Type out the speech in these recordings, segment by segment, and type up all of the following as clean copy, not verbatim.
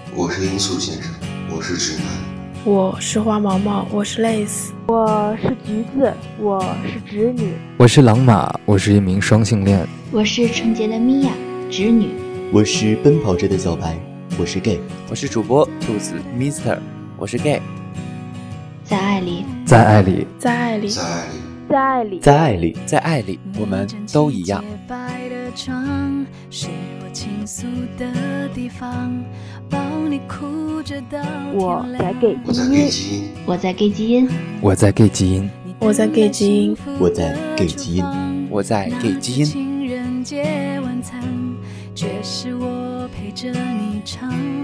我是罂粟先生，我是直男。 我是花毛毛，我是蕾丝。 我是橘子，我是直女。 我是朗马，我是一名双性恋。 我是纯洁的米娅，直女。 我是奔跑着的小白，我是 gay。 我是主播兔子 Mr， 我是 gay。 在爱里， 在爱里， 在爱里， 在爱里， 在爱里， 在爱里， 在爱里，我们都一样。 是我倾诉的地方，抱你哭着到我在 gay 基因， 我在 gay 基因， 我在 gay 基因， 我在 gay 基因， 我在 gay 基因， 我在 gay 基因。 情人节晚餐，却是我陪着你唱。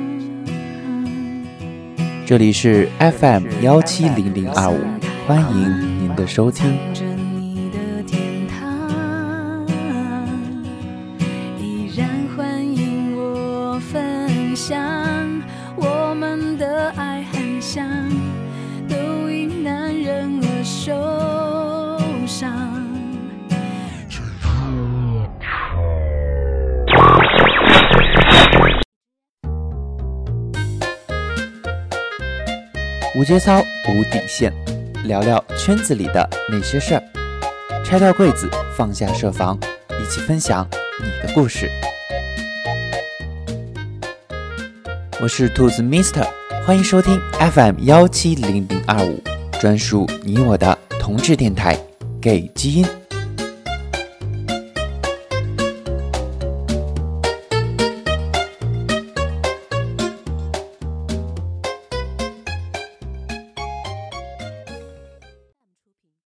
这里是 FM170025，欢迎您的收听。 我们的爱很像，都因男人而受伤。 无节操，无底线，聊聊圈子里的那些事儿。拆掉柜子，放下设防，一起分享你的故事。我是兔子 Mr， 欢迎收听 FM170025，专属你我的同志电台 gay 基因。